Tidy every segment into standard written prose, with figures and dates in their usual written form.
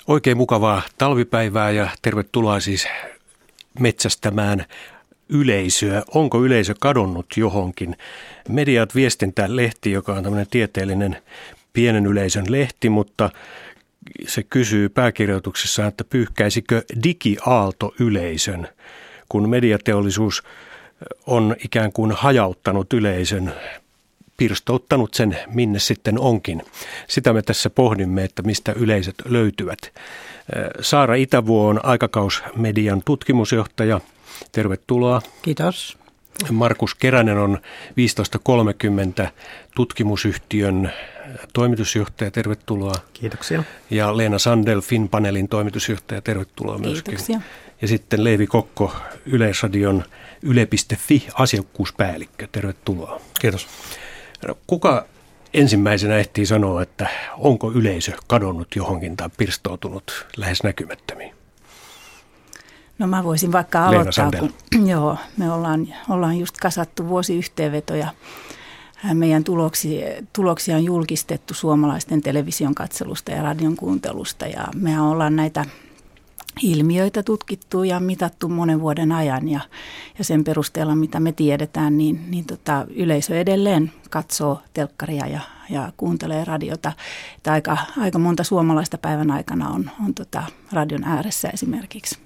Oikein mukavaa talvipäivää ja tervetuloa siis metsästämään yleisöä. Onko yleisö kadonnut johonkin? Mediat viestintälehti, joka on tämmöinen tieteellinen pienen yleisön lehti, mutta se kysyy pääkirjoituksessaan, että pyyhkäisikö digiaalto yleisön, kun mediateollisuus on ikään kuin hajauttanut yleisön, pirstouttanut sen minne sitten onkin. Sitä me tässä pohdimme, että mistä yleisöt löytyvät. Saara Itävuo on Aikakausmedian tutkimusjohtaja. Tervetuloa. Kiitos. Markus Keränen on 1530 tutkimusyhtiön toimitusjohtaja. Tervetuloa. Kiitoksia. Ja Leena Sandel, FinPanelin toimitusjohtaja. Tervetuloa myöskin. Kiitoksia. Ja sitten Leevi Kokko, Yleisradion Yle.fi asiakkuuspäällikkö. Tervetuloa. Kiitos. Kuka ensimmäisenä ehtii sanoa, että onko yleisö kadonnut johonkin tai pirstoutunut lähes näkymättömiin? No mä voisin vaikka aloittaa, kun me ollaan just kasattu vuosiyhteenvetoja. Meidän tuloksia on julkistettu suomalaisten television katselusta ja radion kuuntelusta ja mehän ollaan näitä ilmiöitä tutkittu ja mitattu monen vuoden ajan ja sen perusteella, mitä me tiedetään, niin yleisö edelleen katsoo telkkaria ja kuuntelee radiota. Että aika monta suomalaista päivän aikana on radion ääressä esimerkiksi.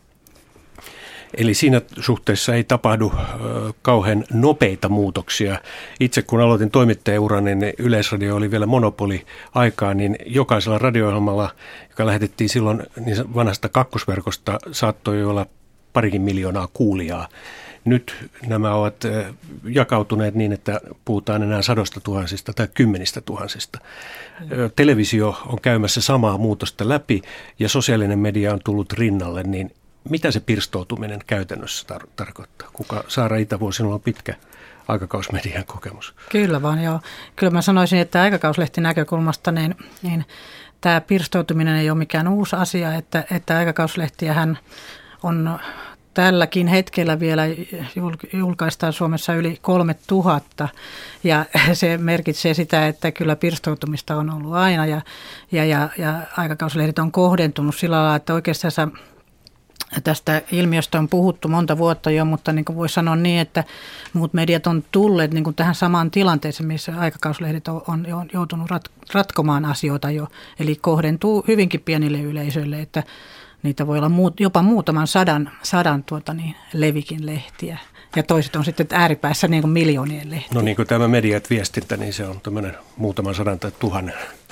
Eli siinä suhteessa ei tapahdu kauhean nopeita muutoksia. Itse kun aloitin toimittajaurani, niin Yleisradio oli vielä monopoli-aikaa, niin jokaisella radio-ohjelmalla, joka lähetettiin silloin niin vanhasta kakkosverkosta, saattoi olla 2 miljoonaa kuulijaa. Nyt nämä ovat jakautuneet niin, että puhutaan enää 100 000 tai 10 000. Televisio on käymässä samaa muutosta läpi ja sosiaalinen media on tullut rinnalle, niin mitä se pirstoutuminen käytännössä tarkoittaa? Saara Itävuo, sinulla on pitkä Aikakausmedian kokemus. Kyllä vaan, joo. Kyllä mä sanoisin, että Aikakauslehtin näkökulmasta niin tämä pirstoutuminen ei ole mikään uusi asia, että Aikakauslehtiähän on tälläkin hetkellä vielä julkaistaan Suomessa yli 3000 ja se merkitsee sitä, että kyllä pirstoutumista on ollut aina ja Aikakauslehdet on kohdentunut sillä lailla, että oikeastaan tästä ilmiöstä on puhuttu monta vuotta jo, mutta niin kuin voi sanoa niin, että muut mediat on tulleet niin kuin tähän samaan tilanteeseen, missä Aikakauslehdet on joutunut ratkomaan asioita jo. Eli kohdentuu hyvinkin pienille yleisöille, että niitä voi olla jopa muutaman sadan levikin lehtiä. Ja toiset on sitten ääripäässä niin kuin miljoonien lehtiä. No niin kuin tämä mediat viestintä, niin se on tämmöinen muutaman 100 tai 1000.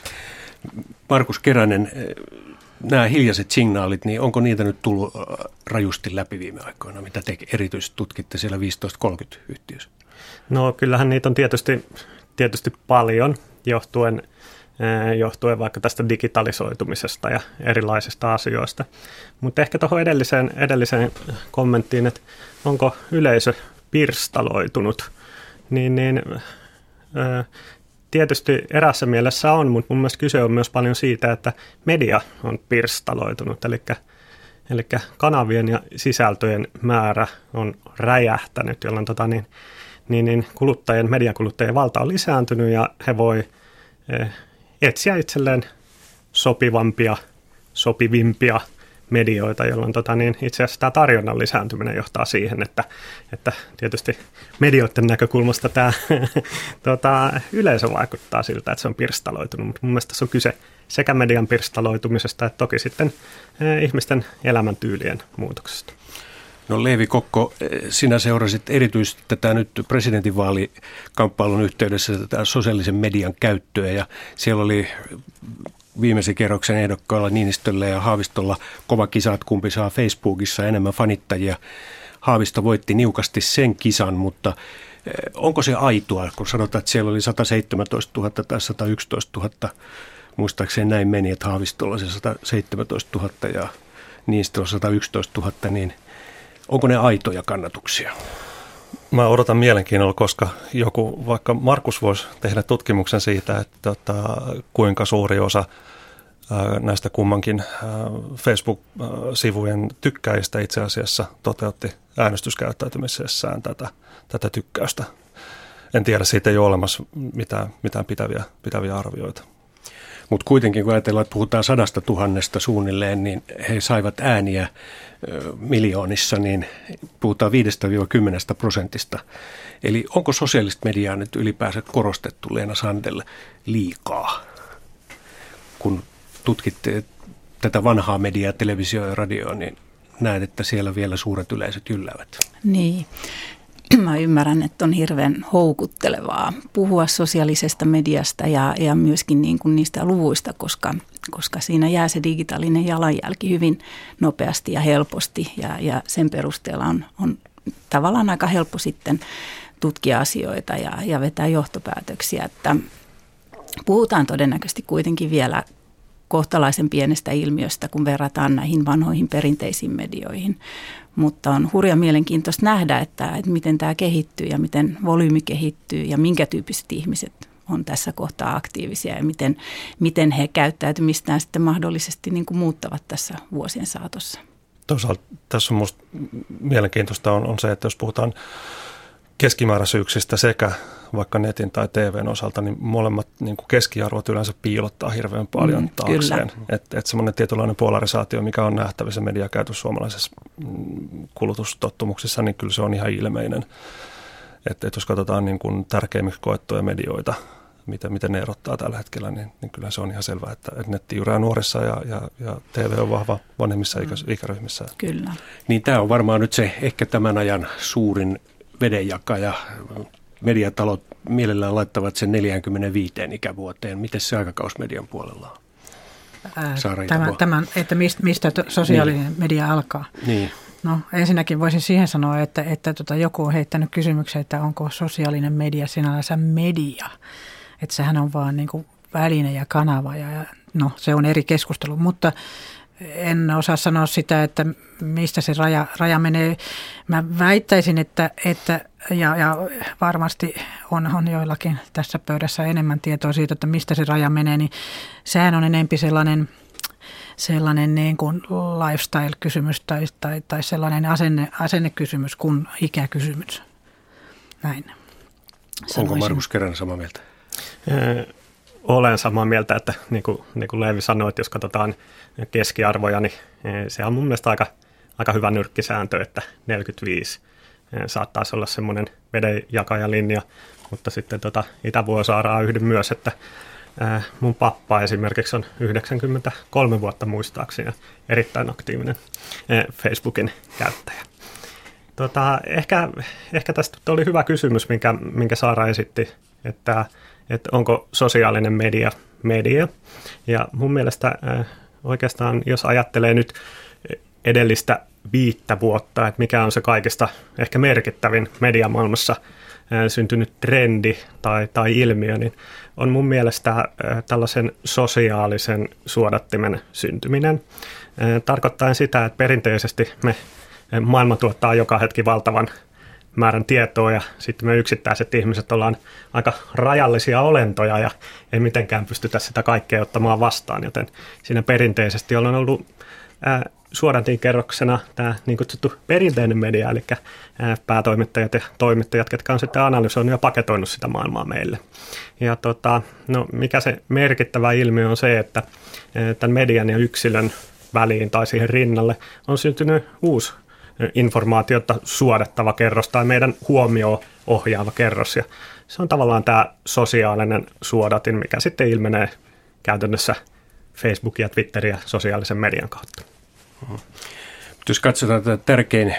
Markus Keränen, nämä hiljaiset signaalit, niin onko niitä nyt tullut rajusti läpi viime aikoina? Mitä te erityisesti tutkitte siellä 1530 yhtiössä? No kyllähän niitä on tietysti paljon johtuen vaikka tästä digitalisoitumisesta ja erilaisista asioista. Mutta ehkä tuohon edelliseen kommenttiin, että onko yleisö pirstaloitunut, tietysti erässä mielessä on, mutta mun mielestä kyse on myös paljon siitä, että media on pirstaloitunut, eli kanavien ja sisältöjen määrä on räjähtänyt, jolloin mediakuluttajien valta on lisääntynyt ja he voi etsiä itselleen sopivimpia medioita, jolloin itse asiassa tämä tarjonnan lisääntyminen johtaa siihen, että tietysti medioiden näkökulmasta tämä yleisö vaikuttaa siltä, että se on pirstaloitunut, mutta mun mielestä tässä on kyse sekä median pirstaloitumisesta että toki sitten ihmisten elämäntyylien muutoksesta. No Leevi Kokko, sinä seurasit erityisesti tätä nyt presidentinvaalikamppailun yhteydessä tätä sosiaalisen median käyttöä ja siellä oli viimeisen kerroksen ehdokkailla Niinistöllä ja Haavistolla kova kisa, että kumpi saa Facebookissa enemmän fanittajia. Haavisto voitti niukasti sen kisan, mutta onko se aitoa, kun sanotaan, että siellä oli 117 000 tai 111 000, muistaakseni näin meni, että Haavistolla se 117 000 ja Niinistöllä 111 000, niin onko ne aitoja kannatuksia? Mä odotan mielenkiinnolla, koska joku, vaikka Markus voisi tehdä tutkimuksen siitä, että kuinka suuri osa näistä kummankin Facebook-sivujen tykkäjistä itse asiassa toteutti äänestyskäyttäytymisessään tätä tykkäystä. En tiedä, siitä ei ole olemassa mitään pitäviä arvioita. Mutta kuitenkin kun ajatellaan, että puhutaan 100 000 suunnilleen, niin he saivat ääniä miljoonissa, niin puhutaan 5-10%. Eli onko sosiaalista mediaa nyt ylipäänsä korostettu, Leena Sandel, liikaa? Kun tutkitte tätä vanhaa mediaa, televisio ja radio, niin näet, että siellä vielä suuret yleisöt jylläävät. Niin. Mä ymmärrän, että on hirveän houkuttelevaa puhua sosiaalisesta mediasta ja myöskin niin kuin niistä luvuista, koska siinä jää se digitaalinen jalanjälki hyvin nopeasti ja helposti ja sen perusteella on tavallaan aika helppo sitten tutkia asioita ja vetää johtopäätöksiä, että puhutaan todennäköisesti kuitenkin vielä kohtalaisen pienestä ilmiöstä, kun verrataan näihin vanhoihin perinteisiin medioihin. Mutta on hurja mielenkiintoista nähdä, että miten tämä kehittyy ja miten volyymi kehittyy ja minkä tyyppiset ihmiset on tässä kohtaa aktiivisia ja miten he käyttäytymistään sitten mahdollisesti niin kuin muuttavat tässä vuosien saatossa. Toisaalta tässä on minusta mielenkiintoista on se, että jos puhutaan keskimääräisyyksistä sekä vaikka netin tai TVn osalta, niin molemmat niin kuin keskiarvot yleensä piilottaa hirveän paljon taakseen. Että semmoinen tietynlainen polarisaatio, mikä on nähtävissä mediakäytössä suomalaisessa kulutustottumuksissa, niin kyllä se on ihan ilmeinen. Että jos katsotaan niin kuin tärkeimmiksi koettuja medioita, miten ne erottaa tällä hetkellä, niin kyllä se on ihan selvää, että netti jyrää nuorissa ja TV on vahva vanhemmissa ikäryhmissä. Kyllä. Niin tämä on varmaan nyt se ehkä tämän ajan suurin vedenjakaja. Mediatalot mielellään laittavat sen 45 ikävuoteen. Miten se aikakausmedian puolella on? Että mistä sosiaalinen media alkaa? Niin. No ensinnäkin voisin siihen sanoa, että joku on heittänyt kysymyksen, että onko sosiaalinen media sinällänsä media. Että sehän on vaan niin kuin väline ja kanava ja no se on eri keskustelu, mutta en osaa sanoa sitä, että mistä se raja menee. Mä väittäisin, että ja varmasti on joillakin tässä pöydässä enemmän tietoa siitä, että mistä se raja menee, niin sehän on enempi sellainen niin kuin lifestyle-kysymys tai sellainen asennekysymys kuin ikäkysymys. Näin. Onko Markus Keränen samaa mieltä? Olen samaa mieltä, että niin kuin Leevi sanoi, että jos katsotaan keskiarvoja, niin se on mun mielestä aika hyvä nyrkkisääntö, että 45 saattaisi olla semmoinen vedenjakajalinja, mutta sitten Itä-Vuosaaraa yhdyn myös, että mun pappa esimerkiksi on 93 vuotta muistaakseni ja erittäin aktiivinen Facebookin käyttäjä. Ehkä tästä oli hyvä kysymys, minkä Saara esitti, että onko sosiaalinen media. Ja mun mielestä oikeastaan, jos ajattelee nyt edellistä 5 vuotta, että mikä on se kaikista ehkä merkittävin mediamaailmassa syntynyt trendi tai ilmiö, niin on mun mielestä tällaisen sosiaalisen suodattimen syntyminen. Tarkoittaen sitä, että perinteisesti maailma tuottaa joka hetki valtavan määrän tietoa ja sitten me yksittäiset ihmiset ollaan aika rajallisia olentoja ja ei mitenkään pystytä sitä kaikkea ottamaan vastaan, joten siinä perinteisesti on ollut suodatinkerroksena tämä niin kutsuttu perinteinen media, eli päätoimittajat ja toimittajat, jotka on sitten analysoinut ja paketoinut sitä maailmaa meille. Ja mikä se merkittävä ilmiö on se, että tämän median ja yksilön väliin tai siihen rinnalle on syntynyt uusi informaatiota suodattava kerros tai meidän huomioon ohjaava kerros. Ja se on tavallaan tämä sosiaalinen suodatin, mikä sitten ilmenee käytännössä Facebookia, Twitteriä sosiaalisen median kautta. Jos katsotaan tätä tärkein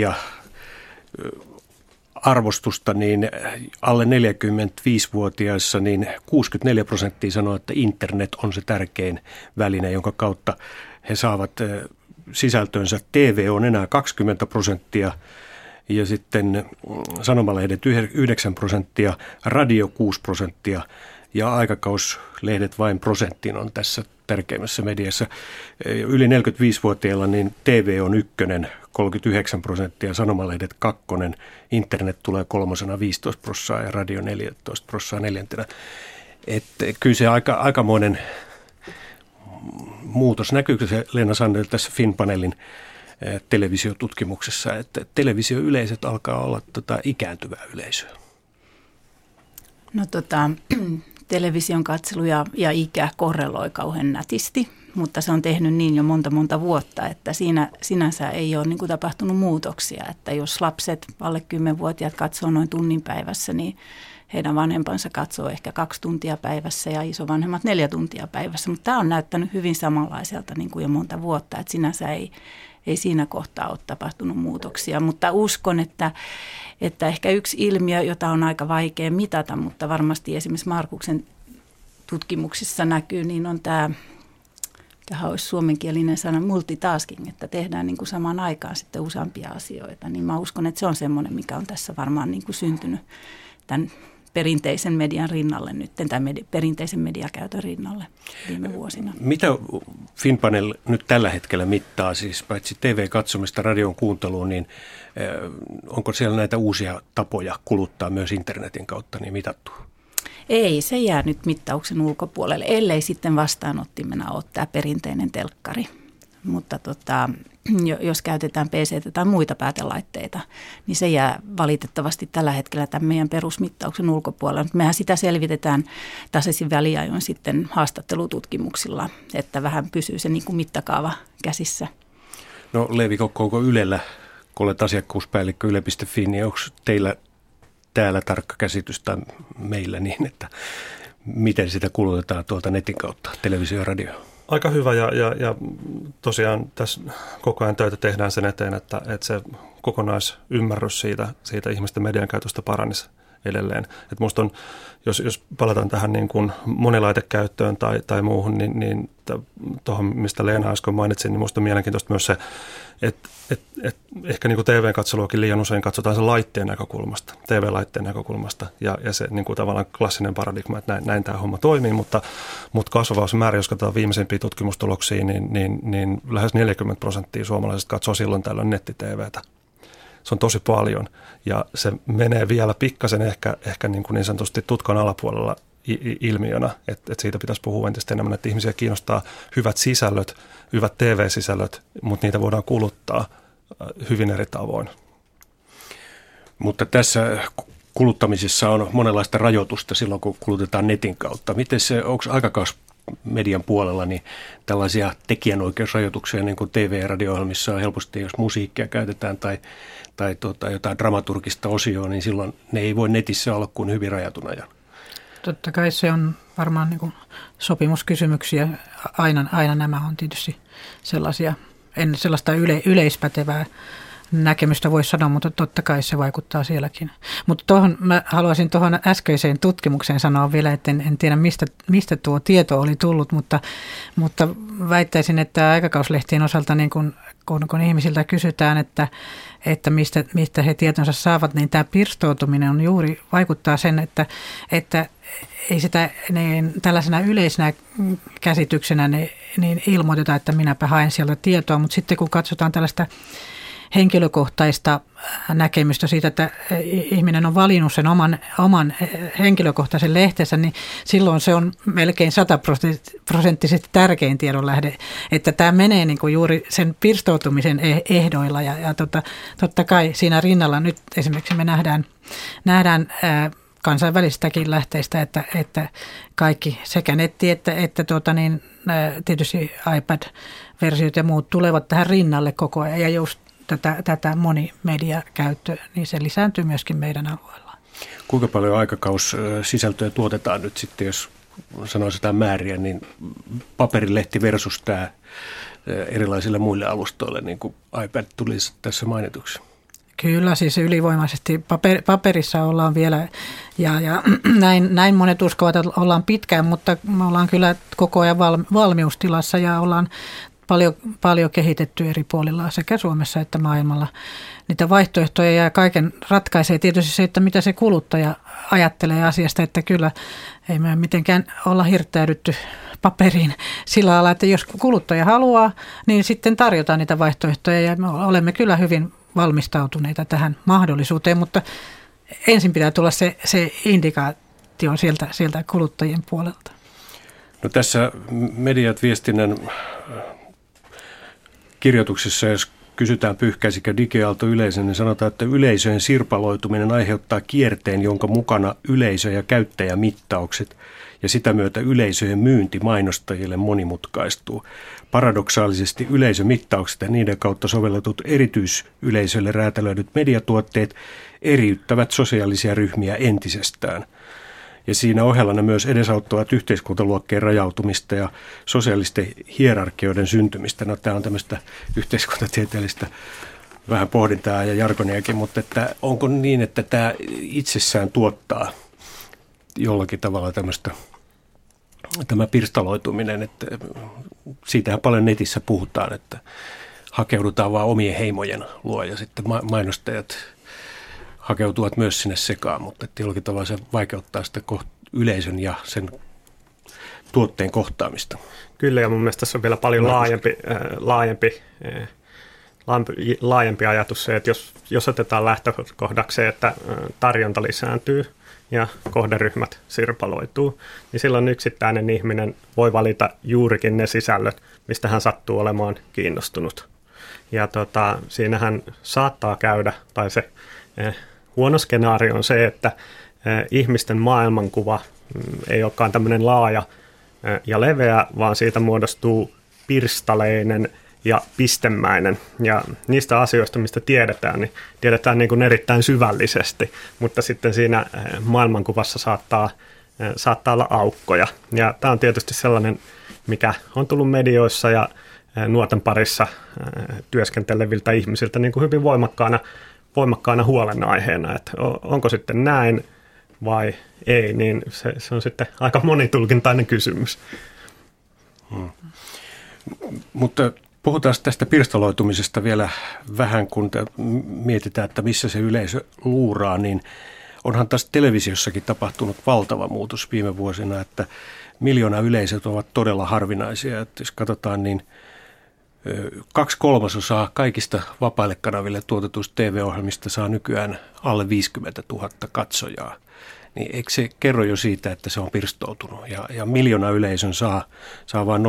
media-arvostusta, niin alle 45-vuotiaissa niin 64% sanoo, että internet on se tärkein väline, jonka kautta he saavat sisältönsä. TV on enää 20% ja sitten sanomalehdet 9%, radio 6% ja aikakauslehdet vain prosenttiin on tässä tärkeimmässä mediassa. Yli 45-vuotiailla niin TV on 1, 39%, sanomalehdet 2, internet tulee 3, 15% ja radio 14% 4. Että kyllä se aikamoinen muutos. Näkyykö se, Leena Sandel, tässä FIN-paneelin televisiotutkimuksessa, että televisioyleisöt alkaa olla ikääntyvää yleisöä? No television katselu ja ikä korreloi kauhean nätisti, mutta se on tehnyt niin jo monta vuotta, että siinä sinänsä ei ole niin kuin tapahtunut muutoksia. Että jos lapset, alle 10-vuotiaat katsoo noin tunnin päivässä, niin heidän vanhempansa katsoo ehkä 2 tuntia päivässä ja isovanhemmat 4 tuntia päivässä. Mutta tämä on näyttänyt hyvin samanlaiselta niin kuin jo monta vuotta, että sinänsä ei siinä kohtaa ole tapahtunut muutoksia. Mutta uskon, että ehkä yksi ilmiö, jota on aika vaikea mitata, mutta varmasti esimerkiksi Markuksen tutkimuksissa näkyy, niin on tämähän olisi suomenkielinen sana multitasking, että tehdään niin kuin samaan aikaan sitten useampia asioita. Niin mä uskon, että se on semmoinen, mikä on tässä varmaan niin kuin syntynyt tämän perinteisen median rinnalle nyt, tai perinteisen mediakäytön rinnalle viime vuosina. Mitä FinPanel nyt tällä hetkellä mittaa, siis paitsi TV-katsomista radion kuunteluun, niin onko siellä näitä uusia tapoja kuluttaa myös internetin kautta niin mitattu? Ei, se jää nyt mittauksen ulkopuolelle, ellei sitten vastaanottimena ole tämä perinteinen telkkari. Mutta jos käytetään PC tai muita päätelaitteita, niin se jää valitettavasti tällä hetkellä tämän meidän perusmittauksen ulkopuolella. Mehän sitä selvitetään tasaisin väliajoin sitten haastattelututkimuksilla, että vähän pysyy se niin kuin mittakaava käsissä. No Leevi Kokko, onko Ylellä, kun olet asiakkuuspäällikkö yle.fi, niin onko teillä täällä tarkka käsitys tai meillä niin, että miten sitä kulutetaan tuolta netin kautta, televisio ja radio? Aika hyvä ja tosiaan tässä koko ajan töitä tehdään sen eteen, että se kokonaisymmärrys siitä ihmisten median käytöstä paranisi edelleen. Että musta on, jos palataan tähän niin kuin monilaitekäyttöön tai muuhun, niin tuohon, mistä Leena äsken mainitsin, niin musta on mielenkiintoista myös se, että ehkä niin kuin TV-katseluakin liian usein katsotaan sen laitteen näkökulmasta, TV-laitteen näkökulmasta, ja se niin kuin tavallaan klassinen paradigma, että näin tämä homma toimii, mutta kasvava määrä, jos katsotaan viimeisimpiä tutkimustuloksia, niin lähes 40% suomalaisista katsoo silloin tällöin netti-TVtä. Se on tosi paljon, ja se menee vielä pikkasen ehkä niin sanotusti tutkan alapuolella ilmiönä, että siitä pitäisi puhua entistä enemmän, että ihmisiä kiinnostaa hyvät sisällöt, hyvät TV-sisällöt, mutta niitä voidaan kuluttaa hyvin eri tavoin. Mutta tässä kuluttamisessa on monenlaista rajoitusta silloin, kun kulutetaan netin kautta. Miten se, onko aikakausmedian puolella niin tällaisia tekijänoikeusrajoituksia, niin kuin TV- ja radio-ohjelmissa on helposti, jos musiikkia käytetään tai jotain dramaturgista osioa, niin silloin ne ei voi netissä olla kuin hyvin rajatun ajan. Totta kai se on varmaan niin kuin sopimuskysymyksiä. Aina nämä on tietysti sellaisia, en sellaista yleispätevää näkemystä voi sanoa, mutta totta kai se vaikuttaa sielläkin. Mutta mä haluaisin tuohon äskeiseen tutkimukseen sanoa vielä, että en tiedä mistä tuo tieto oli tullut, mutta väittäisin, että aikakauslehtien osalta niin kun ihmisiltä kysytään, että mistä he tietonsa saavat, niin tämä pirstoutuminen on juuri vaikuttaa sen, että ei sitä tällaisena yleisenä käsityksenä niin ilmoiteta, että minäpä haen sieltä tietoa, mutta sitten kun katsotaan tällaista henkilökohtaista näkemystä siitä, että ihminen on valinnut sen oman henkilökohtaisen lehtensä, niin silloin se on melkein 100% tärkein tiedonlähde, että tämä menee niin kuin juuri sen pirstoutumisen ehdoilla ja totta kai siinä rinnalla nyt esimerkiksi me nähdään kansainvälistäkin lähteistä, että kaikki sekä netti että tietysti iPad-versiot ja muut tulevat tähän rinnalle koko ajan ja just tätä monimediakäyttöä, niin se lisääntyy myöskin meidän alueella. Kuinka paljon aikakaussisältöä tuotetaan nyt sitten, jos sanoisi jotain määriä, niin paperilehti versus tämä erilaisille muille alustoille, niin kuin iPad tulisi tässä mainituksi? Kyllä, siis ylivoimaisesti paperissa ollaan vielä ja näin monet uskovat, että ollaan pitkään, mutta me ollaan kyllä koko ajan valmiustilassa ja ollaan paljon kehitetty eri puolilla sekä Suomessa että maailmalla niitä vaihtoehtoja ja kaiken ratkaisee tietysti se, että mitä se kuluttaja ajattelee asiasta, että kyllä ei me mitenkään olla hirttäydytty paperiin sillä lailla, että jos kuluttaja haluaa, niin sitten tarjotaan niitä vaihtoehtoja ja me olemme kyllä hyvin valmistautuneita tähän mahdollisuuteen, mutta ensin pitää tulla se indikaatio sieltä kuluttajien puolelta. No tässä mediat viestinnän kirjoituksessa, jos kysytään pyyhkäisikö digiaalto yleisön, niin sanotaan, että yleisöjen sirpaloituminen aiheuttaa kierteen, jonka mukana yleisö- ja käyttäjämittaukset ja sitä myötä yleisöjen myynti mainostajille monimutkaistuu. Paradoksaalisesti yleisömittaukset ja niiden kautta sovelletut erityisyleisölle räätälöidyt mediatuotteet eriyttävät sosiaalisia ryhmiä entisestään. Ja siinä ohella ne myös edesauttavat yhteiskuntaluokkien rajautumista ja sosiaalisten hierarkioiden syntymistä. No, tämä on tämmöistä yhteiskuntatieteellistä vähän pohdintaa ja jargoniakin, mutta että onko niin, että tämä itsessään tuottaa jollakin tavalla tämä pirstaloituminen, että siitähän paljon netissä puhutaan, että hakeudutaan vaan omien heimojen luo ja sitten mainostajat hakeutuvat myös sinne sekaan, mutta että jollakin tavalla se vaikeuttaa sitä yleisön ja sen tuotteen kohtaamista. Kyllä, ja mun mielestä tässä on vielä paljon laajempi ajatus se, että jos otetaan lähtökohdaksi, että tarjonta lisääntyy ja kohderyhmät sirpaloituu, niin silloin yksittäinen ihminen voi valita juurikin ne sisällöt, mistä hän sattuu olemaan kiinnostunut. Ja siinähän saattaa käydä, tai se huono skenaario on se, että ihmisten maailmankuva ei olekaan tämmöinen laaja ja leveä, vaan siitä muodostuu pirstaleinen ja pistemäinen. Ja niistä asioista, mistä tiedetään, niin tiedetään niin kuin erittäin syvällisesti, mutta sitten siinä maailmankuvassa saattaa olla aukkoja. Ja tämä on tietysti sellainen, mikä on tullut medioissa ja nuorten parissa työskenteleviltä ihmisiltä niin kuin hyvin voimakkaana huolenaiheena, että onko sitten näin vai ei, niin se on sitten aika monitulkintainen kysymys. Mutta puhutaan tästä pirstaloitumisesta vielä vähän, kun mietitään, että missä se yleisö luuraa, niin onhan taas televisiossakin tapahtunut valtava muutos viime vuosina, että miljoonayleisöt ovat todella harvinaisia. Että jos katsotaan, niin 2/3 kaikista vapaille kanaville tuotetuista TV-ohjelmista saa nykyään alle 50 000 katsojaa. Niin eikö se kerro jo siitä, että se on pirstoutunut? Ja miljoonayleisön saa vain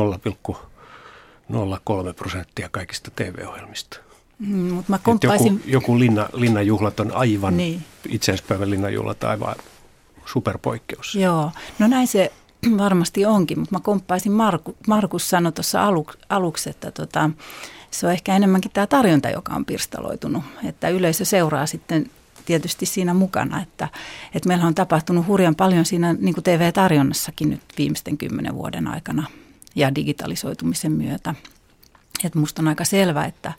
0,03% kaikista TV-ohjelmista. Mä komppaisin... Joku linnanjuhlat on aivan, niin. Itsenäispäivän linnanjuhlat aivan superpoikkeus. Joo, no näin se varmasti onkin, mutta mä komppaisin, Markus sanoi tuossa aluksi, että se on ehkä enemmänkin tämä tarjonta, joka on pirstaloitunut, että yleisö seuraa sitten tietysti siinä mukana, että meillä on tapahtunut hurjan paljon siinä niin kuin TV-tarjonnassakin nyt viimeisten 10 vuoden aikana ja digitalisoitumisen myötä. Että musta on aika selvä, että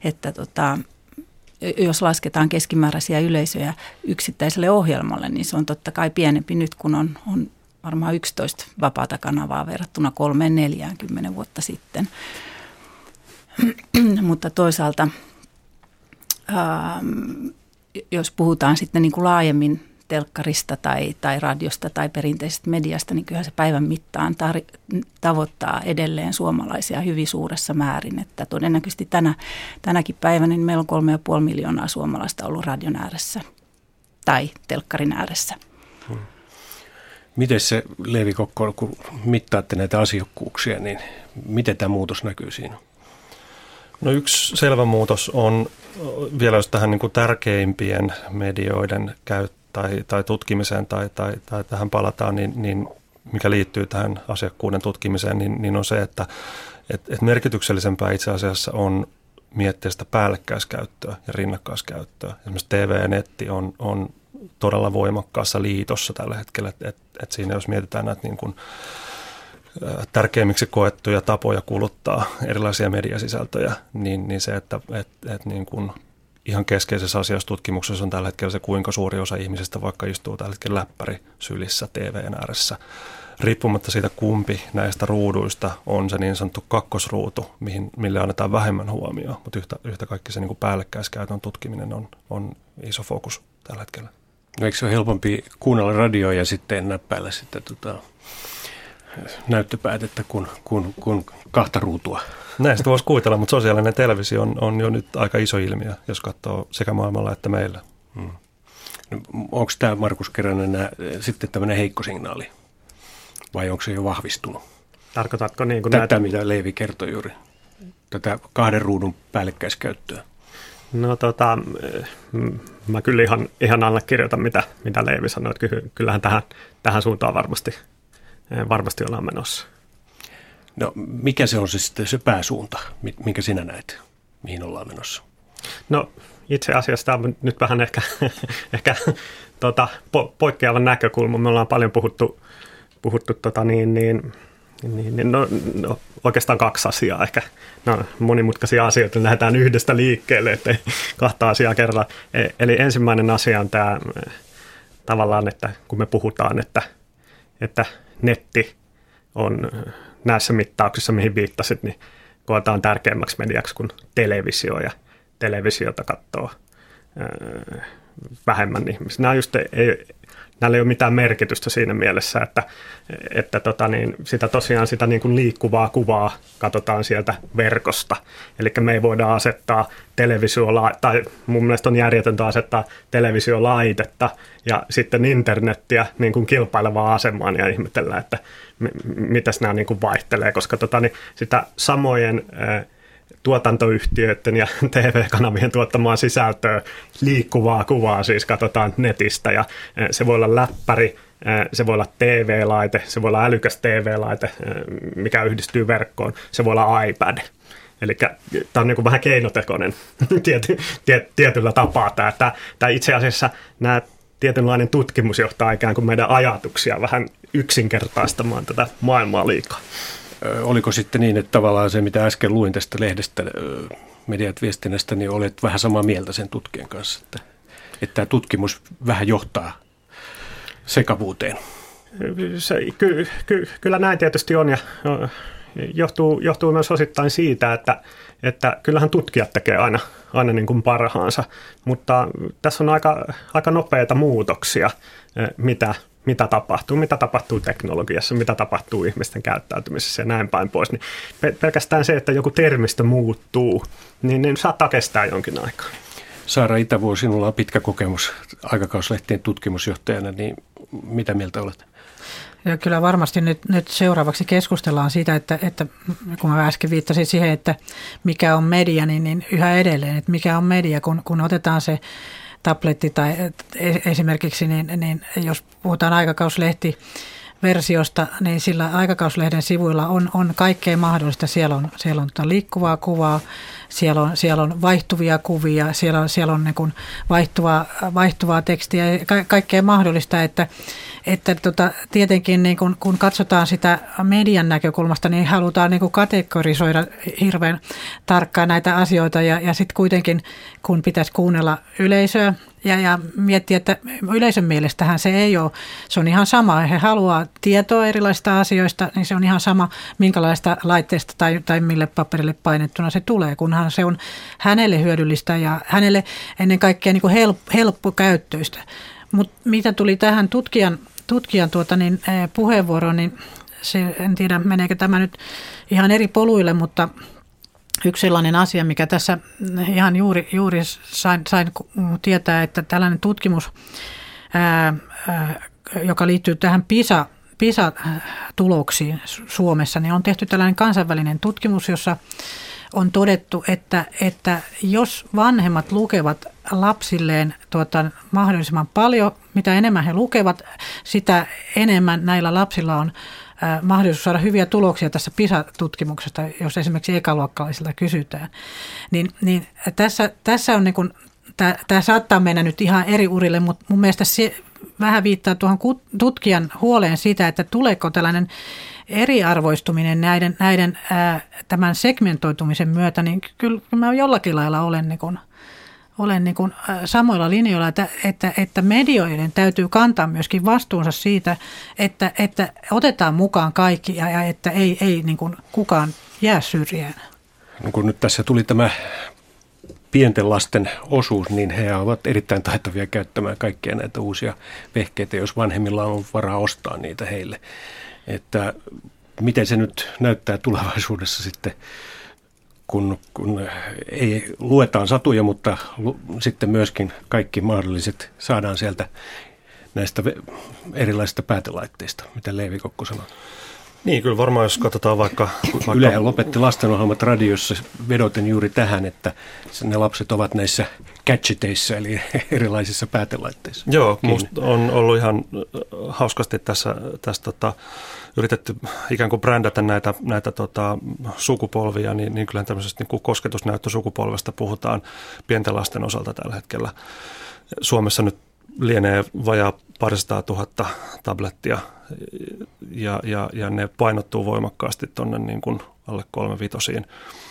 jos lasketaan keskimääräisiä yleisöjä yksittäiselle ohjelmalle, niin se on totta kai pienempi nyt, kun on varmaan 11 vapaata kanavaa verrattuna 3-40 vuotta sitten. Mutta toisaalta, jos puhutaan sitten niin kuin laajemmin telkkarista tai radiosta tai perinteisestä mediasta, niin kyllähän se päivän mittaan tavoittaa edelleen suomalaisia hyvin suuressa määrin. Että todennäköisesti tänäkin päivänä niin meillä on 3,5 miljoonaa suomalaista ollut radion ääressä tai telkkarin ääressä. Miten se, Leevi Kokko, kun mittaatte näitä asiakkuuksia, niin miten tämä muutos näkyy siinä? No yksi selvä muutos on vielä, jos tähän niin kuin tärkeimpien medioiden tai tutkimiseen tai tähän palataan, niin mikä liittyy tähän asiakkuuden tutkimiseen, niin on se, että merkityksellisempää itse asiassa on miettiä sitä päällekkäiskäyttöä ja rinnakkaiskäyttöä. Esimerkiksi TV ja netti on todella voimakkaassa liitossa tällä hetkellä, että siinä jos mietitään näitä niin kuin tärkeimmiksi koettuja tapoja kuluttaa erilaisia mediasisältöjä, niin se, että niin kuin ihan keskeisessä asiassa tutkimuksessa on tällä hetkellä se, kuinka suuri osa ihmisistä vaikka istuu tällä hetkellä läppäri sylissä TV:n ääressä. Riippumatta siitä, kumpi näistä ruuduista on se niin sanottu kakkosruutu, mille annetaan vähemmän huomioon, mutta yhtä kaikki se niin kuin päällekkäiskäytön tutkiminen on iso fokus tällä hetkellä. No, eikö se ole helpompi kuunnella radioa ja sitten näppäillä sitten näyttöpäätettä kuin kahta ruutua? Näistä voisi kuvitella, mutta sosiaalinen televisio on jo nyt aika iso ilmiö, jos katsoo sekä maailmalla että meillä. No, onko tämä, Markus Keränen, sitten tämmöinen heikko signaali vai onko se jo vahvistunut? Tarkoitatko niin kuin tätä, mitä Leevi kertoi juuri? tätä 2 ruudun päällekkäiskäyttöä? No mä kyllä ihan allekirjoitan, mitä Leevi sanoi, että kyllähän tähän suuntaan varmasti ollaan menossa. No mikä se on sitten se pääsuunta, minkä sinä näet, mihin ollaan menossa? No itse asiassa tämä on nyt vähän ehkä poikkeava näkökulma. Me ollaan paljon puhuttu no, oikeastaan 2 asiaa ehkä. No, monimutkaisia asioita, lähdetään yhdestä liikkeelle, ettei 2 asiaa kerralla. Eli ensimmäinen asia on tämä tavallaan, että kun me puhutaan, että netti on näissä mittauksissa, mihin viittasit, niin koetaan tärkeämmäksi mediaksi kuin televisio, ja televisiota katsoo vähemmän ihmisiä. Näillä ei ole mitään merkitystä siinä mielessä, että sitä niin kuin liikkuvaa kuvaa katsotaan sieltä verkosta. Eli me ei voida asettaa tai mun mielestä on järjetöntä asettaa televisiolaitetta ja sitten internettiä niin kuin kilpailevaa asemaan ja ihmetellä, että mitäs nämä niin kuin vaihtelee, koska sitä samojen tuotantoyhtiöiden ja TV-kanavien tuottamaa sisältöä, liikkuvaa kuvaa siis katsotaan netistä, ja se voi olla läppäri, se voi olla TV-laite, se voi olla älykäs TV-laite, mikä yhdistyy verkkoon, se voi olla iPad. Eli tämä on niin kuin vähän keinotekoinen tietyllä tapaa. Tämä itse asiassa nämä tietynlainen tutkimus johtaa ikään kuin meidän ajatuksia vähän yksinkertaistamaan tätä maailmaa liikaa. Oliko sitten niin, että tavallaan se, mitä äsken luin tästä lehdestä, Mediat viestinnästä, niin olet vähän samaa mieltä sen tutkijan kanssa, että tämä tutkimus vähän johtaa sekavuuteen? Kyllä näin tietysti on, ja johtuu myös osittain siitä, että kyllähän tutkijat tekee aina niin kuin parhaansa, mutta tässä on aika nopeita muutoksia, mitä tapahtuu teknologiassa, mitä tapahtuu ihmisten käyttäytymisessä ja näin päin pois. Niin pelkästään se, että joku termistö muuttuu, niin saattaa kestää jonkin aikaa. Saara Itävuo, sinulla on pitkä kokemus aikakauslehtien tutkimusjohtajana, niin mitä mieltä olet? Ja kyllä varmasti nyt seuraavaksi keskustellaan siitä, että kun mä äsken viittasin siihen, että mikä on media, niin yhä edelleen, että mikä on media, kun otetaan se tabletti tai esimerkiksi, niin jos puhutaan aikakauslehtiversiosta, niin sillä aikakauslehden sivuilla on kaikkea mahdollista. Siellä on liikkuvaa kuvaa, siellä on vaihtuvia kuvia, siellä on niin kuin vaihtuvaa tekstiä ja kaikkea mahdollista, että tietenkin niin kun katsotaan sitä median näkökulmasta, niin halutaan niin kuin kategorisoida hirveän tarkkaan näitä asioita ja sitten kuitenkin, kun pitäisi kuunnella yleisöä ja miettiä, että yleisön mielestähän se ei ole, se on ihan sama. He haluaa tietoa erilaisista asioista, niin se on ihan sama, minkälaista laitteesta tai mille paperille painettuna se tulee, kunhan se on hänelle hyödyllistä ja hänelle ennen kaikkea niin kuin helppokäyttöistä. Mutta mitä tuli tähän tutkijan puheenvuoroon, niin en tiedä meneekö tämä nyt ihan eri poluille, mutta yksi sellainen asia, mikä tässä ihan juuri sain tietää, että tällainen tutkimus, joka liittyy tähän PISA-tuloksiin Suomessa, niin on tehty tällainen kansainvälinen tutkimus, jossa on todettu, että jos vanhemmat lukevat lapsilleen mahdollisimman paljon, mitä enemmän he lukevat, sitä enemmän näillä lapsilla on mahdollisuus saada hyviä tuloksia tässä PISA-tutkimuksesta, jos esimerkiksi ekaluokkalaisilta kysytään. Niin tässä on niin kuin, tämä saattaa mennä nyt ihan eri urille, mutta mun mielestä se vähän viittaa tuohon tutkijan huoleen siitä, että tuleeko tällainen eriarvoistuminen näiden tämän segmentoitumisen myötä, niin kyllä mä jollakin lailla olen niin kuin samoilla linjoilla, että medioiden täytyy kantaa myöskin vastuunsa siitä, että otetaan mukaan kaikki ja että ei niin kuin kukaan jää syrjään. No kun nyt tässä tuli tämä pienten lasten osuus, niin he ovat erittäin taitavia käyttämään kaikkia näitä uusia vehkeitä, jos vanhemmilla on varaa ostaa niitä heille. Että miten se nyt näyttää tulevaisuudessa sitten, kun ei luetaan satuja, mutta sitten myöskin kaikki mahdolliset saadaan sieltä näistä erilaisista päätelaitteista, mitä Leevi Kokko sanoi. Niin, kyllä varmaan jos katsotaan vaikka Ylehän lopetti lastenohjelmat radiossa vedoten juuri tähän, että ne lapset ovat näissä gadgeteissa, eli erilaisissa päätelaitteissa. Joo, musta on ollut ihan hauskasti tässä yritetty ikään kuin brändätä näitä sukupolvia, niin kyllä tämmöisestä niin kuin kosketusnäyttösukupolvesta puhutaan pienten lasten osalta tällä hetkellä. Suomessa nyt lienee vajaa 200 000 tablettia ja ne painottuu voimakkaasti tuonne niin kuin alle 3-5.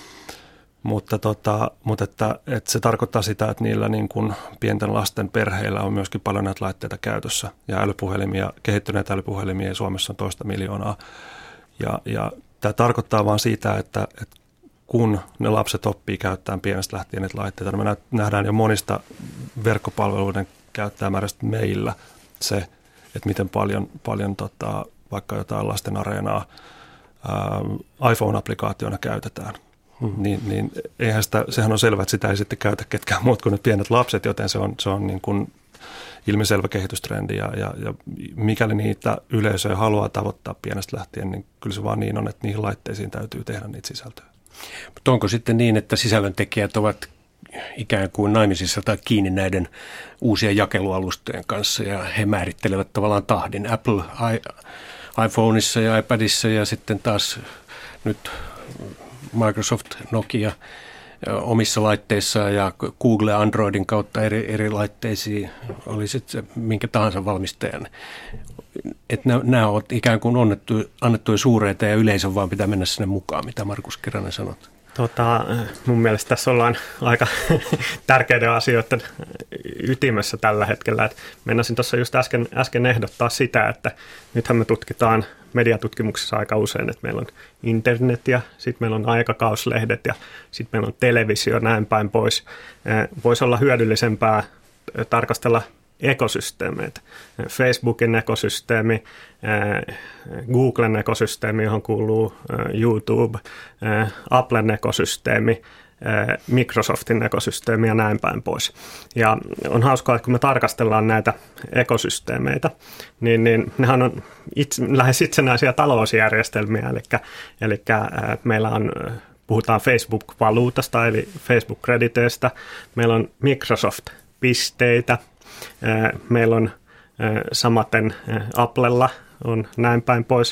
Mutta että se tarkoittaa sitä, että niillä niin kuin pienten lasten perheillä on myöskin paljon näitä laitteita käytössä ja älypuhelimia, kehittyneitä älypuhelimia Suomessa on 2 miljoonaa. Ja tämä tarkoittaa vaan sitä, että kun ne lapset oppii käyttämään pienestä lähtien niitä laitteita, niin me nähdään jo monista verkkopalveluiden käyttäjämääristä meillä se, että miten paljon vaikka jotain lasten areenaa iPhone-applikaationa käytetään. Niin eihän sehän on selvä, että sitä ei sitten käytä ketkään muut kuin ne pienet lapset, joten se on niin kuin ilmiselvä kehitystrendi ja mikäli niitä yleisöjä haluaa tavoittaa pienestä lähtien, niin kyllä se vaan niin on, että niihin laitteisiin täytyy tehdä niitä sisältöjä. Mutta onko sitten niin, että sisällöntekijät ovat ikään kuin naimisissa tai kiinni näiden uusien jakelualustojen kanssa ja he määrittelevät tavallaan tahdin? Apple iPhoneissa ja iPadissa ja sitten taas nyt Microsoft, Nokia omissa laitteissaan ja Google Androidin kautta eri laitteisiin, oli sitten minkä tahansa valmistajan. Että nämä ovat ikään kuin annettuja suureita ja yleisön vaan pitää mennä sinne mukaan, mitä Markus Keränen sanot. Mun mielestä tässä ollaan aika tärkeiden asioiden ytimessä tällä hetkellä. Et meinasin tuossa just äsken ehdottaa sitä, että nythän me tutkitaan mediatutkimuksessa aika usein, että meillä on internet ja sitten meillä on aikakauslehdet ja sitten meillä on televisio näin päin pois. Voisi olla hyödyllisempää tarkastella ekosysteemeitä. Facebookin ekosysteemi, Googlen ekosysteemi, johon kuuluu YouTube, Applen ekosysteemi, Microsoftin ekosysteemi ja näin päin pois. Ja on hauskaa, että kun me tarkastellaan näitä ekosysteemeitä, niin nehän on lähes itsenäisiä talousjärjestelmiä, eli meillä on puhutaan Facebook-valuutasta, eli Facebook-krediteistä, meillä on Microsoft-pisteitä, meillä on samaten Applella on näin päin pois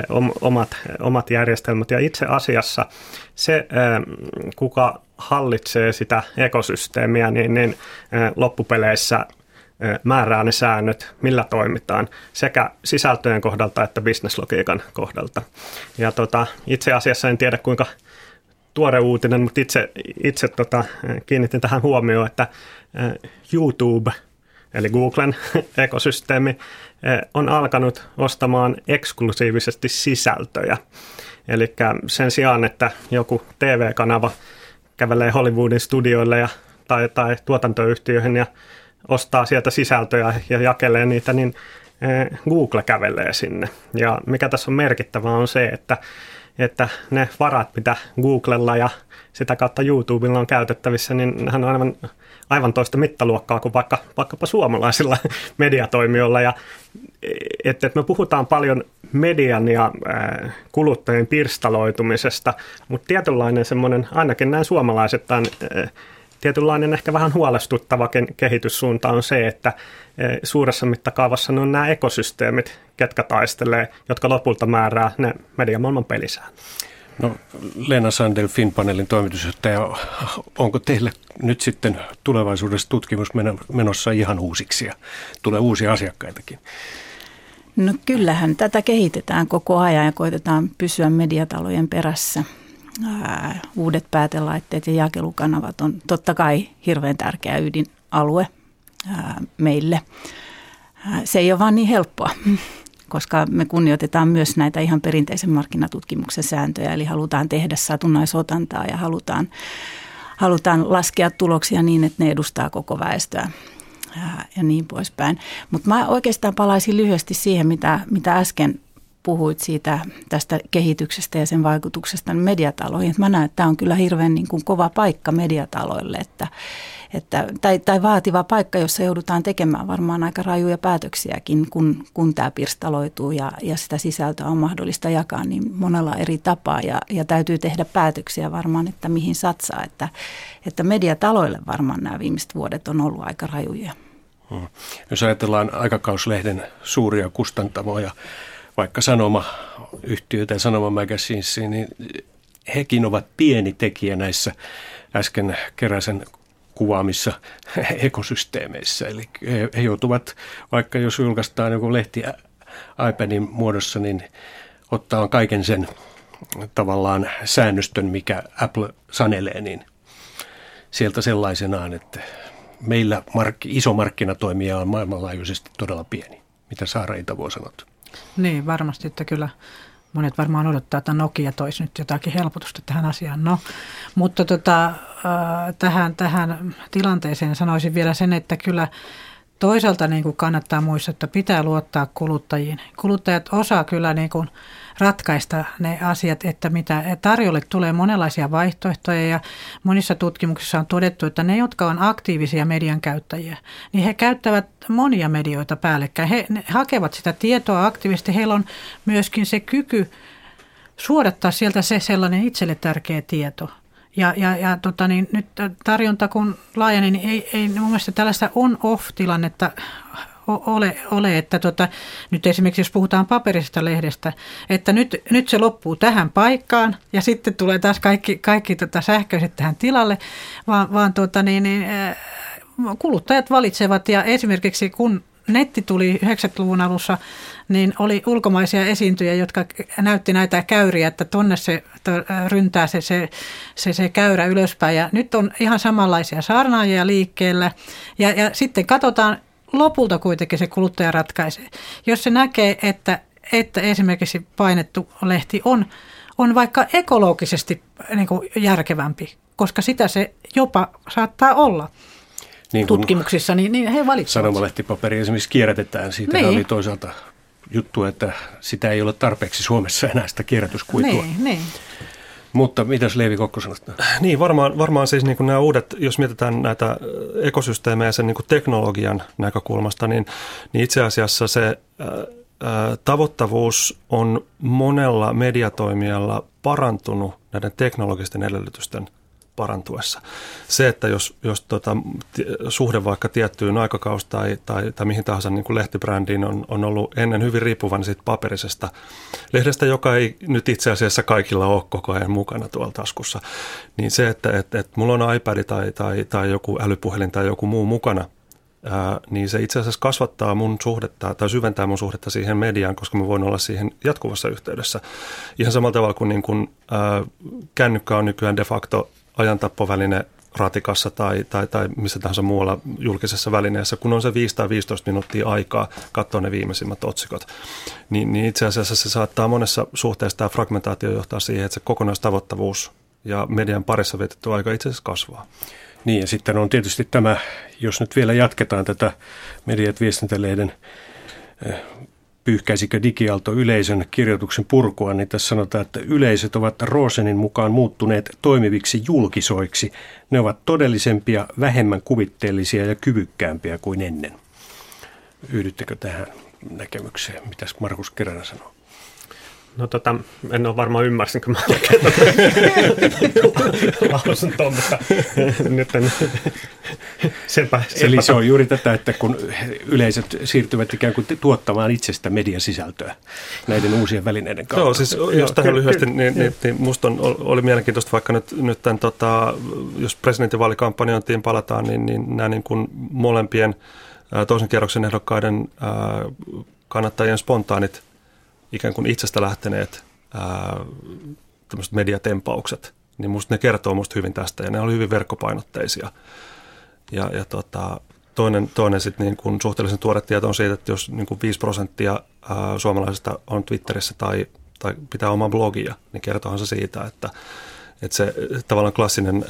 omat järjestelmät. Ja itse asiassa se, kuka hallitsee sitä ekosysteemiä, niin loppupeleissä määrää ne säännöt, millä toimitaan sekä sisältöjen kohdalta että businesslogiikan kohdalta. Ja itse asiassa en tiedä kuinka tuore uutinen, mutta itse kiinnitin tähän huomioon, että YouTube eli Googlen ekosysteemi on alkanut ostamaan eksklusiivisesti sisältöjä. Eli sen sijaan, että joku TV-kanava kävelee Hollywoodin studioille tai tuotantoyhtiöihin ja ostaa sieltä sisältöjä ja jakelee niitä, niin Google kävelee sinne. Ja mikä tässä on merkittävää on se, että ne varat, mitä Googlella ja sitä kautta YouTubella on käytettävissä, niin nehän on aivan toista mittaluokkaa kuin vaikkapa suomalaisilla mediatoimijoilla. Ja että me puhutaan paljon median ja kuluttajien pirstaloitumisesta, mutta tietynlainen semmoinen, ainakin näin suomalaisittain, tietynlainen ehkä vähän huolestuttava kehityssuunta on se, että suuressa mittakaavassa ne on nämä ekosysteemit, ketkä taistelee, jotka lopulta määrää ne mediamaailman pelisäännöt. No, Leena Sandel, FIN-paneelin toimitusjohtaja, onko teille nyt sitten tulevaisuudessa tutkimus menossa ihan uusiksi ja tulee uusia asiakkaitakin? No kyllähän tätä kehitetään koko ajan ja koitetaan pysyä mediatalojen perässä. Uudet päätelaitteet ja jakelukanavat on totta kai hirveän tärkeä ydinalue meille. Se ei ole vaan niin helppoa, koska me kunnioitetaan myös näitä ihan perinteisen markkinatutkimuksen sääntöjä, eli halutaan tehdä satunnaisotantaa ja halutaan laskea tuloksia niin, että ne edustaa koko väestöä ja niin poispäin. Mutta mä oikeastaan palaisin lyhyesti siihen, mitä äsken puhuit siitä tästä kehityksestä ja sen vaikutuksesta mediataloihin. Mä näen, että tämä on kyllä hirveän niin kuin kova paikka mediataloille, tai vaativa paikka, jossa joudutaan tekemään varmaan aika rajuja päätöksiäkin, kun tämä pirstaloituu ja sitä sisältöä on mahdollista jakaa niin monella eri tapaa ja täytyy tehdä päätöksiä varmaan, että mihin satsaa, että mediataloille varmaan nämä viimeiset vuodet on ollut aika rajuja. Jos ajatellaan aikakauslehden suuria kustantamoja, vaikka Sanoma-yhtiöitä ja Sanoma Magazines, niin hekin ovat pieni tekijä näissä äsken Keräsen kuvaamissa ekosysteemeissä. Eli he joutuvat, vaikka jos julkaistaan joku lehti iPadin muodossa, niin ottaa kaiken sen tavallaan säännöstön, mikä Apple sanelee, niin sieltä sellaisenaan, että meillä iso markkinatoimija on maailmanlaajuisesti todella pieni. Mitä Saara Itavo sanot? Niin, varmasti, että kyllä monet varmaan odottaa, että Nokia toisi nyt jotakin helpotusta tähän asiaan. No, mutta tähän tilanteeseen sanoisin vielä sen, että kyllä toisaalta niin kuin kannattaa muistaa, että pitää luottaa kuluttajiin. Kuluttajat osaa kyllä niin kuin ratkaista ne asiat, että mitä tarjolle tulee monenlaisia vaihtoehtoja ja monissa tutkimuksissa on todettu, että ne, jotka on aktiivisia median käyttäjiä, niin he käyttävät monia medioita päällekkäin. He hakevat sitä tietoa aktiivisesti. Heillä on myöskin se kyky suodattaa sieltä se sellainen itselle tärkeä tieto. Niin nyt tarjonta kun laajeni, niin ei mun mielestä tällaista on-off-tilannetta ole, että nyt esimerkiksi jos puhutaan paperisesta lehdestä, että nyt se loppuu tähän paikkaan ja sitten tulee taas kaikki sähköiset tähän tilalle, vaan kuluttajat valitsevat ja esimerkiksi kun netti tuli 90-luvun alussa, niin oli ulkomaisia esiintyjä, jotka näytti näitä käyriä, että tonne se ryntää se käyrä ylöspäin. Ja nyt on ihan samanlaisia saarnaajia liikkeellä. Ja sitten katsotaan, lopulta kuitenkin se kuluttaja ratkaisee. Jos se näkee, että esimerkiksi painettu lehti on vaikka ekologisesti niin kuin järkevämpi, koska sitä se jopa saattaa olla. Niin tutkimuksissa, niin he valitsevat. Sanomalehtipaperi esimerkiksi kierrätetään. Siitä oli toisaalta juttu, että sitä ei ole tarpeeksi Suomessa enää sitä kierrätyskuitua. Niin. Mutta mitäs Leevi Kokko sanot? Niin, varmaan siis niin kuin nämä uudet, jos mietitään näitä ekosysteemejä sen niin kuin teknologian näkökulmasta, niin itse asiassa se tavoittavuus on monella mediatoimijalla parantunut näiden teknologisten edellytysten parantuessa. Se, että jos suhde vaikka tiettyyn aikakaus tai mihin tahansa niin kuin lehtibrändiin on ollut ennen hyvin riippuvainen siitä paperisesta lehdestä, joka ei nyt itse asiassa kaikilla ole koko ajan mukana tuolla taskussa, niin se, että mulla on iPad tai joku älypuhelin tai joku muu mukana, niin se itse asiassa kasvattaa mun suhdetta tai syventää mun suhdetta siihen mediaan, koska mä voin olla siihen jatkuvassa yhteydessä. Ihan samalla tavalla kuin kännykkä on nykyään de facto ajantappoväline ratikassa tai missä tahansa muualla julkisessa välineessä, kun on se 5 tai 15 minuuttia aikaa katsoa ne viimeisimmät otsikot, niin itse asiassa se saattaa monessa suhteessa tämä fragmentaatio johtaa siihen, että se kokonaistavoittavuus ja median parissa vietetty aika itse asiassa kasvaa. Niin ja sitten on tietysti tämä, jos nyt vielä jatketaan tätä Mediat viestintälehden pyyhkäisikö digiaalto yleisön kirjoituksen purkua, niin tässä sanotaan, että yleisöt ovat Rosenin mukaan muuttuneet toimiviksi julkisoiksi. Ne ovat todellisempia, vähemmän kuvitteellisia ja kyvykkäämpiä kuin ennen. Yhdyttekö tähän näkemykseen? Mitäs Markus Keränen sanoo? No en ole varmaan ymmärsinkö mä lausun tuon, mutta nyt sepä. Eli se on juuri tätä, että kun yleisöt siirtyvät ikään kuin tuottamaan itsestä mediasisältöä näiden uusien välineiden kautta. Joo, siis jos tähän lyhyesti, niin musta oli mielenkiintoista vaikka nyt tämän, jos presidentinvaalikampanjointiin palataan, niin nämä niin kuin molempien toisen kierroksen ehdokkaiden kannattajien spontaanit ikään kuin itsestä lähteneet tämmöiset mediatempaukset, niin musta ne kertoo musta hyvin tästä ja ne oli hyvin verkkopainotteisia. Ja toinen sitten niin kuin suhteellisen tuore tieto on siitä, että jos niin kuin 5% suomalaisista on Twitterissä tai pitää omaa blogia, niin kertoohan se siitä, että se tavallaan klassinen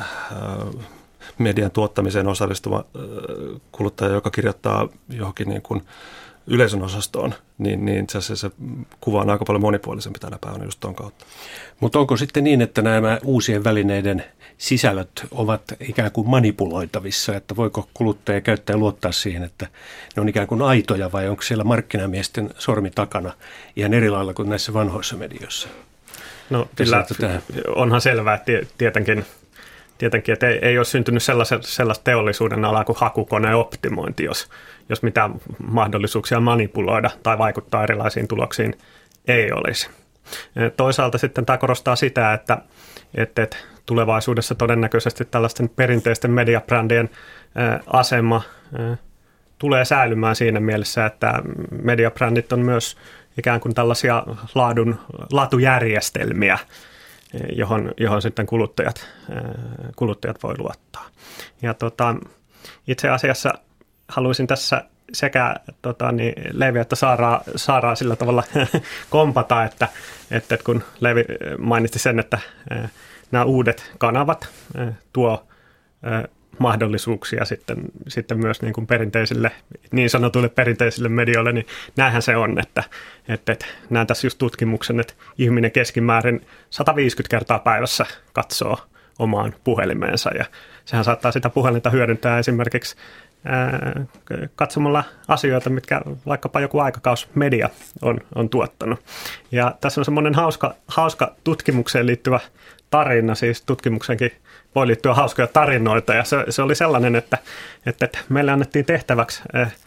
median tuottamiseen osallistuva kuluttaja, joka kirjoittaa johonkin niin kuin yleisön osastoon, niin se kuva on aika paljon monipuolisempi tänä päivänä just tuon kautta. Mutta onko sitten niin, että nämä uusien välineiden sisällöt ovat ikään kuin manipuloitavissa, että voiko kuluttaja käyttäjä luottaa siihen, että ne on ikään kuin aitoja vai onko siellä markkinamiesten sormi takana ihan eri lailla kuin näissä vanhoissa medioissa? No kyllä onhan selvää, että tietenkin, että ei ole syntynyt sellaista teollisuuden alaa kuin hakukoneoptimointi, jos mitään mahdollisuuksia manipuloida tai vaikuttaa erilaisiin tuloksiin ei olisi. Toisaalta sitten tämä korostaa sitä, että tulevaisuudessa todennäköisesti tällaisten perinteisten mediabrändien asema tulee säilymään siinä mielessä, että mediabrändit on myös ikään kuin tällaisia laatujärjestelmiä, johon sitten kuluttajat voi luottaa. Ja itse asiassa haluaisin tässä sekä Leevi että Saaraa sillä tavalla kompata, että kun Leevi mainitsi sen, että nämä uudet kanavat tuo mahdollisuuksia sitten myös niin kuin niin sanotuille perinteisille medioille, niin näinhän se on, että näen tässä just tutkimuksen, että ihminen keskimäärin 150 kertaa päivässä katsoo omaan puhelimeensa, ja sehän saattaa sitä puhelinta hyödyntää esimerkiksi katsomalla asioita, mitkä vaikkapa joku aikakausmedia on tuottanut. Ja tässä on semmoinen hauska tutkimukseen liittyvä tarina, siis tutkimuksenkin voi liittyä hauskoja tarinoita, ja se oli sellainen, että meille annettiin tehtäväksi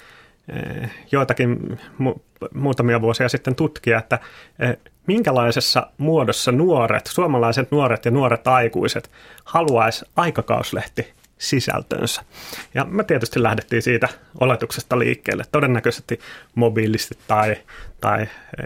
joitakin muutamia vuosia sitten tutkia, että minkälaisessa muodossa suomalaiset nuoret ja nuoret aikuiset haluaisi aikakauslehti sisältönsä. Ja me tietysti lähdettiin siitä oletuksesta liikkeelle, todennäköisesti mobiilisti tai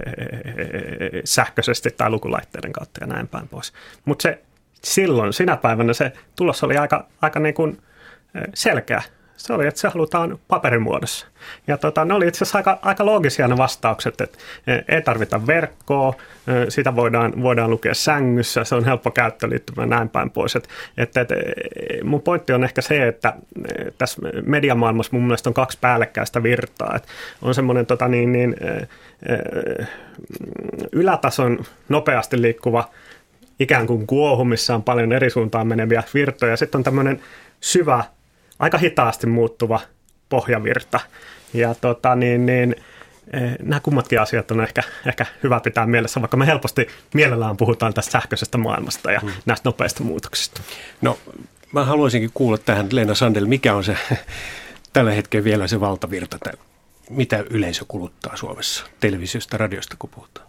sähköisesti tai lukulaitteiden kautta ja näin päin pois. Mutta sinä päivänä se tulos oli aika niin kuin selkeä. Se oli, että se halutaan paperimuodossa. Ja ne oli itse asiassa aika loogisia ne vastaukset, että ei tarvita verkkoa, sitä voidaan lukea sängyssä, se on helppo käyttöliittymä näin päin pois. Että mun pointti on ehkä se, että tässä mediamaailmassa mun mielestä on kaksi päällekkäistä virtaa. Että on semmoinen ylätason nopeasti liikkuva ikään kuin kuohu, missä on paljon eri suuntaan meneviä virtoja. Sitten on tämmöinen syvä, aika hitaasti muuttuva pohjavirta. Ja nämä kummatkin asiat on ehkä hyvä pitää mielessä, vaikka me helposti mielellään puhutaan tästä sähköisestä maailmasta ja näistä nopeista muutoksista. No, mä haluaisinkin kuulla tähän, Leena Sandell, mikä on se tällä hetkellä vielä se valtavirta, mitä yleisö kuluttaa Suomessa, televisiosta, radiosta, kun puhutaan?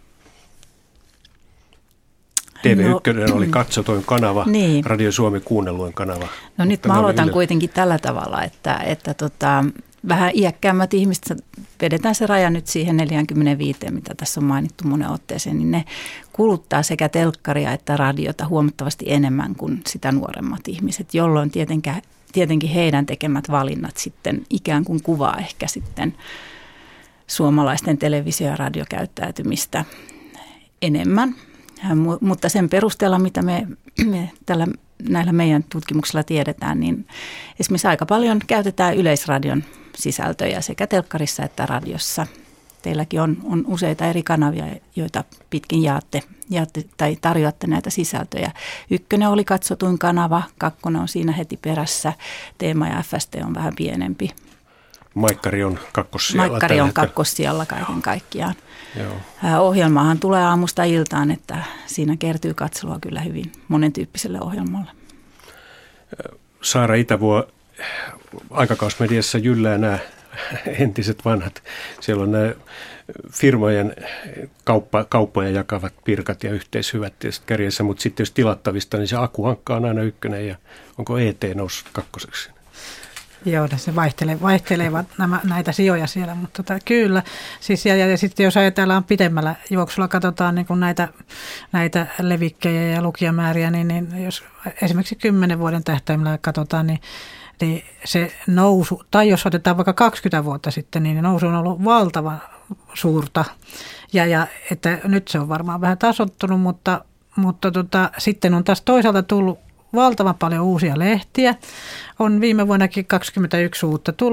TV1 oli katsotuin kanava, niin. Radio Suomi kuunnelluin kanava. No nyt mä aloitan kuitenkin tällä tavalla, että vähän iäkkäämmät ihmiset, vedetään se raja nyt siihen 45, mitä tässä on mainittu monen otteeseen, niin ne kuluttaa sekä telkkaria että radiota huomattavasti enemmän kuin sitä nuoremmat ihmiset, jolloin tietenkin heidän tekemät valinnat sitten ikään kuin kuvaa ehkä sitten suomalaisten televisio- ja radiokäyttäytymistä enemmän. Mutta sen perusteella, mitä me näillä meidän tutkimuksilla tiedetään, niin esimerkiksi aika paljon käytetään Yleisradion sisältöjä sekä telkkarissa että radiossa. Teilläkin on useita eri kanavia, joita pitkin jaatte tai tarjoatte näitä sisältöjä. 1 oli katsotuin kanava, 2 on siinä heti perässä, Teema ja FST on vähän pienempi. Maikkari on kakkossijalla. Maikkari on kakkossijalla kaiken kaikkiaan. Joo. Ohjelmahan tulee aamusta iltaan, että siinä kertyy katselua kyllä hyvin monentyyppiselle ohjelmalle. Saara Itävuo, aikakausmediassa jyllää nämä entiset vanhat. Siellä on nämä firmojen kauppoja jakavat pirkat ja yhteishyvät tietysti kärjessä, mutta sitten jos tilattavista, niin se Akuankka on aina 1 ja onko ET noussut 2? Joo, se vaihtelevat näitä sijoja siellä, mutta kyllä. Siis, ja sitten jos ajatellaan pidemmällä juoksulla, katsotaan niin kuin näitä levikkejä ja lukijamääriä, niin jos esimerkiksi 10 vuoden tähtäimellä katsotaan, niin se nousu, tai jos otetaan vaikka 20 vuotta sitten, niin nousu on ollut valtavan suurta. Ja että nyt se on varmaan vähän tasoittunut, mutta sitten on taas toisaalta tullut valtavan paljon uusia lehtiä. On viime vuonnakin 21 uutta tullut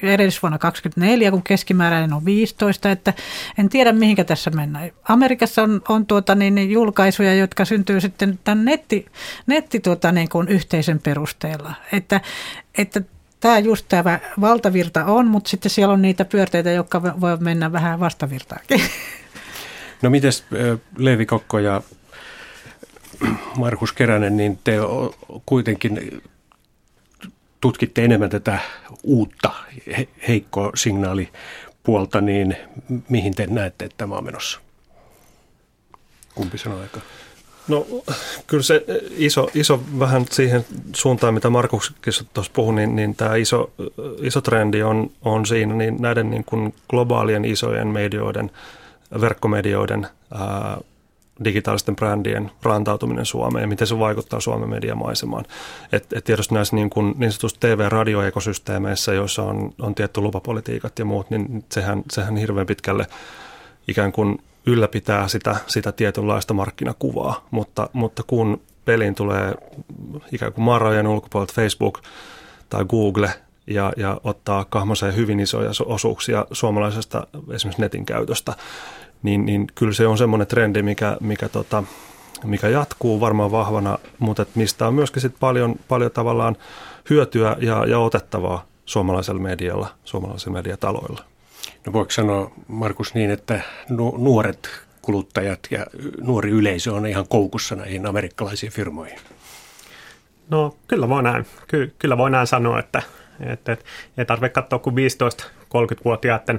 edellisvuonna 24, kun keskimääräinen on 15, että en tiedä mihinkä tässä mennään. Amerikassa on julkaisuja, jotka syntyy sitten tämän yhteisön perusteella, että tämä valtavirta on, mutta sitten siellä on niitä pyörteitä, jotka voi mennä vähän vastavirtaakin. No mites Leevi Kokko ja Markus Keränen, niin te kuitenkin tutkitte enemmän tätä uutta heikkoa signaalipuolta, niin mihin te näette, että tämä on menossa? Kumpi sanoo aika? No kyllä se iso vähän siihen suuntaan, mitä Markuskin tuossa puhui, niin tämä iso trendi on siinä niin näiden niin kuin globaalien isojen medioiden, verkkomedioiden, digitaalisten brändien rantautuminen Suomeen ja miten se vaikuttaa Suomen mediamaisemaan. Et tietysti näissä niin sanotusti TV-radioekosysteemeissä, joissa on tietty lupapolitiikat ja muut, niin sehän hirveän pitkälle ikään kuin ylläpitää sitä tietynlaista markkinakuvaa, mutta kun peliin tulee ikään kuin maarajojen ulkopuolelta Facebook tai Google ja ottaa kahmoseen hyvin isoja osuuksia suomalaisesta esimerkiksi netin käytöstä, niin kyllä se on semmoinen trendi, mikä jatkuu varmaan vahvana, mutta mistä on myöskin sit paljon tavallaan hyötyä ja otettavaa suomalaisella medialla, suomalaisilla mediataloilla. No voiko sanoa, Markus, niin, että nuoret kuluttajat ja nuori yleisö on ihan koukussa näihin amerikkalaisiin firmoihin? No kyllä voi näin. Kyllä voi näin sanoa, että ei tarvitse katsoa kuin 15-30-vuotiaiden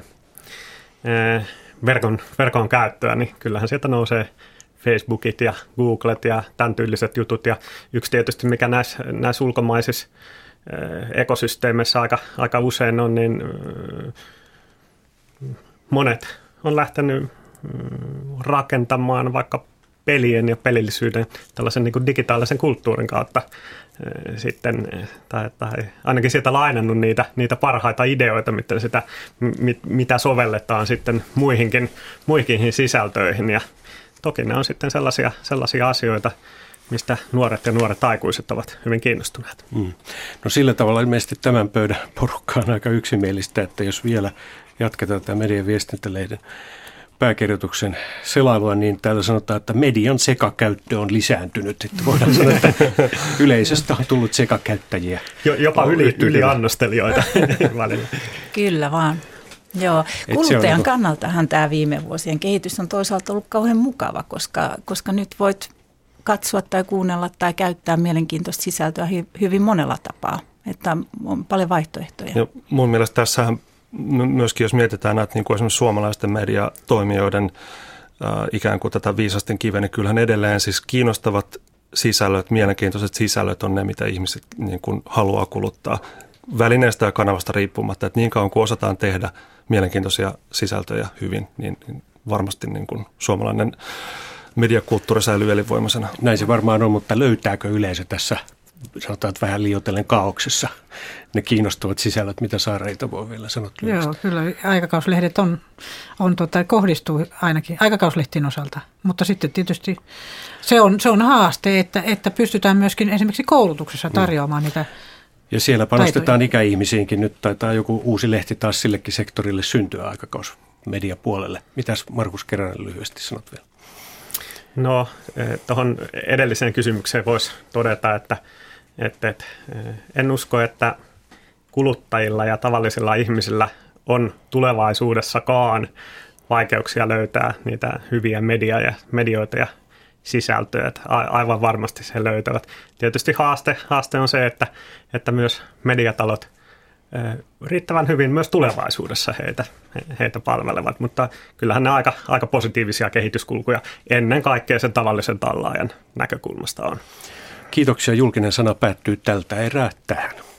verkon käyttöä, niin kyllähän sieltä nousee Facebookit ja Googlet ja tämän tyyliset jutut. Ja yksi tietysti, mikä näissä ulkomaisissa ekosysteemeissä aika usein on, niin monet on lähtenyt rakentamaan vaikka pelien ja pelillisyyden tällaisen niin kuin digitaalisen kulttuurin kautta sitten, tai ainakin sieltä lainannut niitä parhaita ideoita, mitä sovelletaan sitten muihinkin sisältöihin. Ja toki ne on sitten sellaisia asioita, mistä nuoret aikuiset ovat hyvin kiinnostuneet. No sillä tavalla ilmeisesti tämän pöydän porukka on aika yksimielistä, että jos vielä jatketaan tätä median viestintäleiden pääkirjoituksen selailua, niin täällä sanotaan, että median sekakäyttö on lisääntynyt. Että voidaan sanoa, että yleisöstä on tullut sekakäyttäjiä. Jopa yliannostelijoita välillä. Kyllä vaan. Joo, kuluttajan kannaltahan tämä viime vuosien kehitys on toisaalta ollut kauhean mukava, koska nyt voit katsoa tai kuunnella tai käyttää mielenkiintoista sisältöä hyvin monella tapaa, että on paljon vaihtoehtoja. Ja mun mielestä tässähän myöskin, jos mietitään näitä niin kuin esimerkiksi suomalaisten mediatoimijoiden ikään kuin tätä viisasten kiveä, niin kyllähän edelleen siis kiinnostavat sisällöt, mielenkiintoiset sisällöt on ne, mitä ihmiset niin kuin haluaa kuluttaa välineestä ja kanavasta riippumatta. Että niin kauan kuin osataan tehdä mielenkiintoisia sisältöjä hyvin, niin varmasti niin kuin suomalainen mediakulttuuri säilyy elinvoimaisena. Näin se varmaan on, mutta löytääkö yleisö tässä, sanotaan, että vähän liioitellen kaauksessa ne kiinnostavat sisällöt, mitä Saareita voi vielä sanoa? Joo, kyllä aikakauslehdet kohdistuu ainakin aikakauslehtiin osalta, mutta sitten tietysti se on haaste, että pystytään myöskin esimerkiksi koulutuksessa tarjoamaan niitä. Ja siellä panostetaan ikäihmisiinkin. Nyt taitaa joku uusi lehti taas sillekin sektorille syntyä aikakausmediapuolelle. Mitäs Markus Keränen lyhyesti sanot vielä? No, tuohon edelliseen kysymykseen voisi todeta, että en usko, että kuluttajilla ja tavallisilla ihmisillä on tulevaisuudessakaan vaikeuksia löytää niitä hyviä medioita ja sisältöjä. Aivan varmasti se löytävät. Tietysti haaste on se, että myös mediatalot riittävän hyvin myös tulevaisuudessa heitä palvelevat, mutta kyllähän ne aika positiivisia kehityskulkuja ennen kaikkea sen tavallisen tallaajan näkökulmasta on. Kiitoksia. Julkinen sana päättyy tältä erää tähän.